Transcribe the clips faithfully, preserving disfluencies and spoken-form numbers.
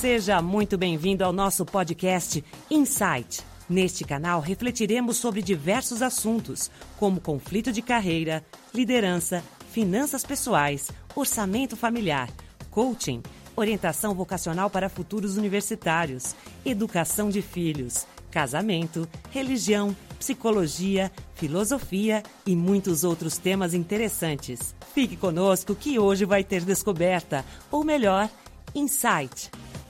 Seja muito bem-vindo ao nosso podcast Insight. Neste canal refletiremos sobre diversos assuntos, como conflito de carreira, liderança, finanças pessoais, orçamento familiar, coaching, orientação vocacional para futuros universitários, educação de filhos, casamento, religião, psicologia, filosofia e muitos outros temas interessantes. Fique conosco que hoje vai ter descoberta, ou melhor, Insight.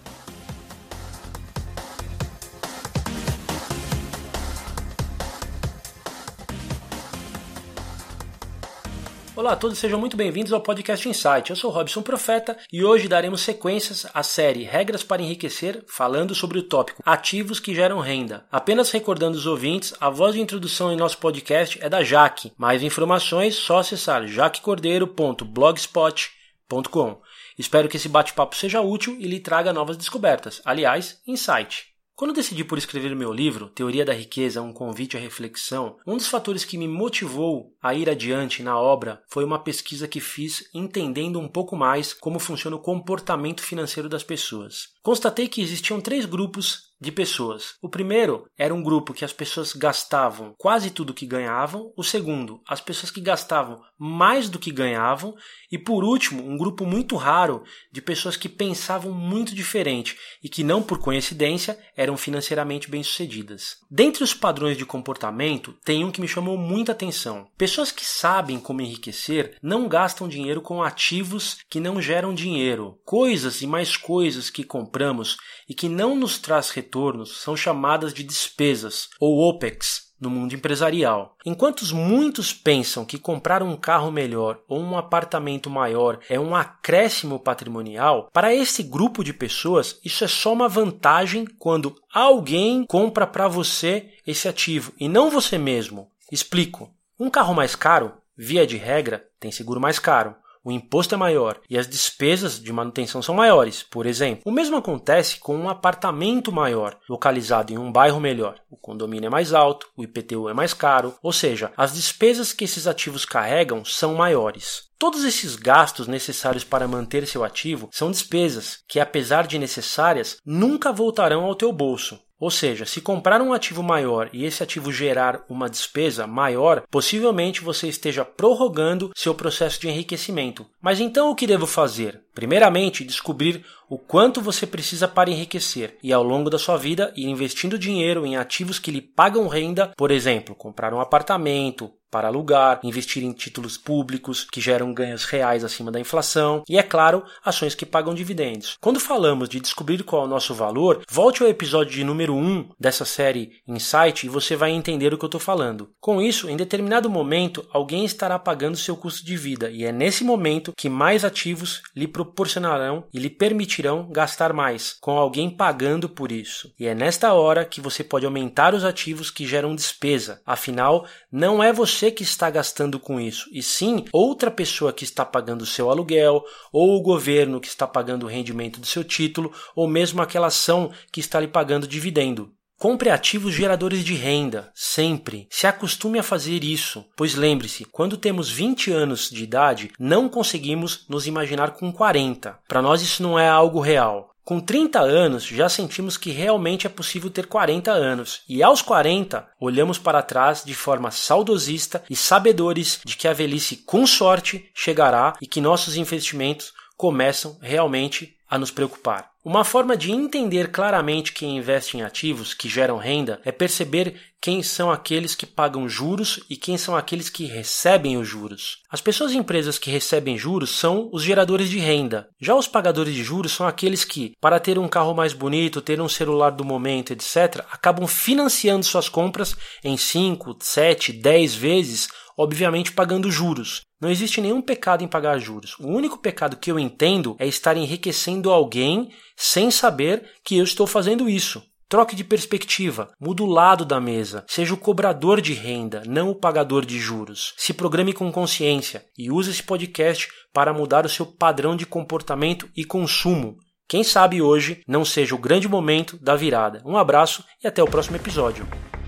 Olá a todos, sejam muito bem-vindos ao podcast Insight. Eu sou Robson Profeta e hoje daremos sequências à série Regras para Enriquecer, falando sobre o tópico Ativos que geram renda. Apenas recordando os ouvintes, a voz de introdução em nosso podcast é da Jaque. Mais informações, só acessar jaque cordeiro ponto blogspot ponto com. Espero que esse bate-papo seja útil e lhe traga novas descobertas. Aliás, Insight. Quando decidi por escrever meu livro, Teoria da Riqueza, um convite à reflexão, um dos fatores que me motivou a ir adiante na obra foi uma pesquisa que fiz entendendo um pouco mais como funciona o comportamento financeiro das pessoas. Constatei que existiam três grupos de pessoas. O primeiro era um grupo que as pessoas gastavam quase tudo que ganhavam. O segundo, as pessoas que gastavam mais do que ganhavam. E por último, um grupo muito raro de pessoas que pensavam muito diferente e que não por coincidência eram financeiramente bem-sucedidas. Dentre os padrões de comportamento, tem um que me chamou muita atenção. Pessoas que sabem como enriquecer não gastam dinheiro com ativos que não geram dinheiro. Coisas e mais coisas que compramos e que não nos traz retornos são chamadas de despesas, ou OPEX, no mundo empresarial. Enquanto muitos pensam que comprar um carro melhor ou um apartamento maior é um acréscimo patrimonial, para esse grupo de pessoas isso é só uma vantagem quando alguém compra para você esse ativo e não você mesmo. Explico. Um carro mais caro, via de regra, tem seguro mais caro. O imposto é maior e as despesas de manutenção são maiores, por exemplo. O mesmo acontece com um apartamento maior, localizado em um bairro melhor. O condomínio é mais alto, o I P T U é mais caro, ou seja, as despesas que esses ativos carregam são maiores. Todos esses gastos necessários para manter seu ativo são despesas que, apesar de necessárias, nunca voltarão ao teu bolso. Ou seja, se comprar um ativo maior e esse ativo gerar uma despesa maior, possivelmente você esteja prorrogando seu processo de enriquecimento. Mas então o que devo fazer? Primeiramente, descobrir o quanto você precisa para enriquecer e ao longo da sua vida ir investindo dinheiro em ativos que lhe pagam renda, por exemplo, comprar um apartamento para alugar, investir em títulos públicos que geram ganhos reais acima da inflação e, é claro, ações que pagam dividendos. Quando falamos de descobrir qual é o nosso valor, volte ao episódio de número um dessa série Insight e você vai entender o que eu estou falando. Com isso, em determinado momento, alguém estará pagando seu custo de vida e é nesse momento que mais ativos lhe proporcionarão e lhe permitirão gastar mais, com alguém pagando por isso. E é nesta hora que você pode aumentar os ativos que geram despesa. Afinal, não é você que está gastando com isso, e sim outra pessoa que está pagando o seu aluguel, ou o governo que está pagando o rendimento do seu título, ou mesmo aquela ação que está lhe pagando dividendo. Compre ativos geradores de renda, sempre. Se acostume a fazer isso, pois lembre-se, quando temos vinte anos de idade, não conseguimos nos imaginar com quarenta. Para nós isso não é algo real. Com trinta anos, já sentimos que realmente é possível ter quarenta anos. E aos quarenta, olhamos para trás de forma saudosista e sabedores de que a velhice, com sorte, chegará e que nossos investimentos começam realmente a nos preocupar. Uma forma de entender claramente quem investe em ativos que geram renda é perceber quem são aqueles que pagam juros e quem são aqueles que recebem os juros. As pessoas e empresas que recebem juros são os geradores de renda. Já os pagadores de juros são aqueles que, para ter um carro mais bonito, ter um celular do momento, etcétera, acabam financiando suas compras em cinco, sete, dez vezes, obviamente pagando juros. Não existe nenhum pecado em pagar juros. O único pecado que eu entendo é estar enriquecendo alguém sem saber que eu estou fazendo isso. Troque de perspectiva, muda o lado da mesa, seja o cobrador de renda, não o pagador de juros. Se programe com consciência e use esse podcast para mudar o seu padrão de comportamento e consumo. Quem sabe hoje não seja o grande momento da virada. Um abraço e até o próximo episódio.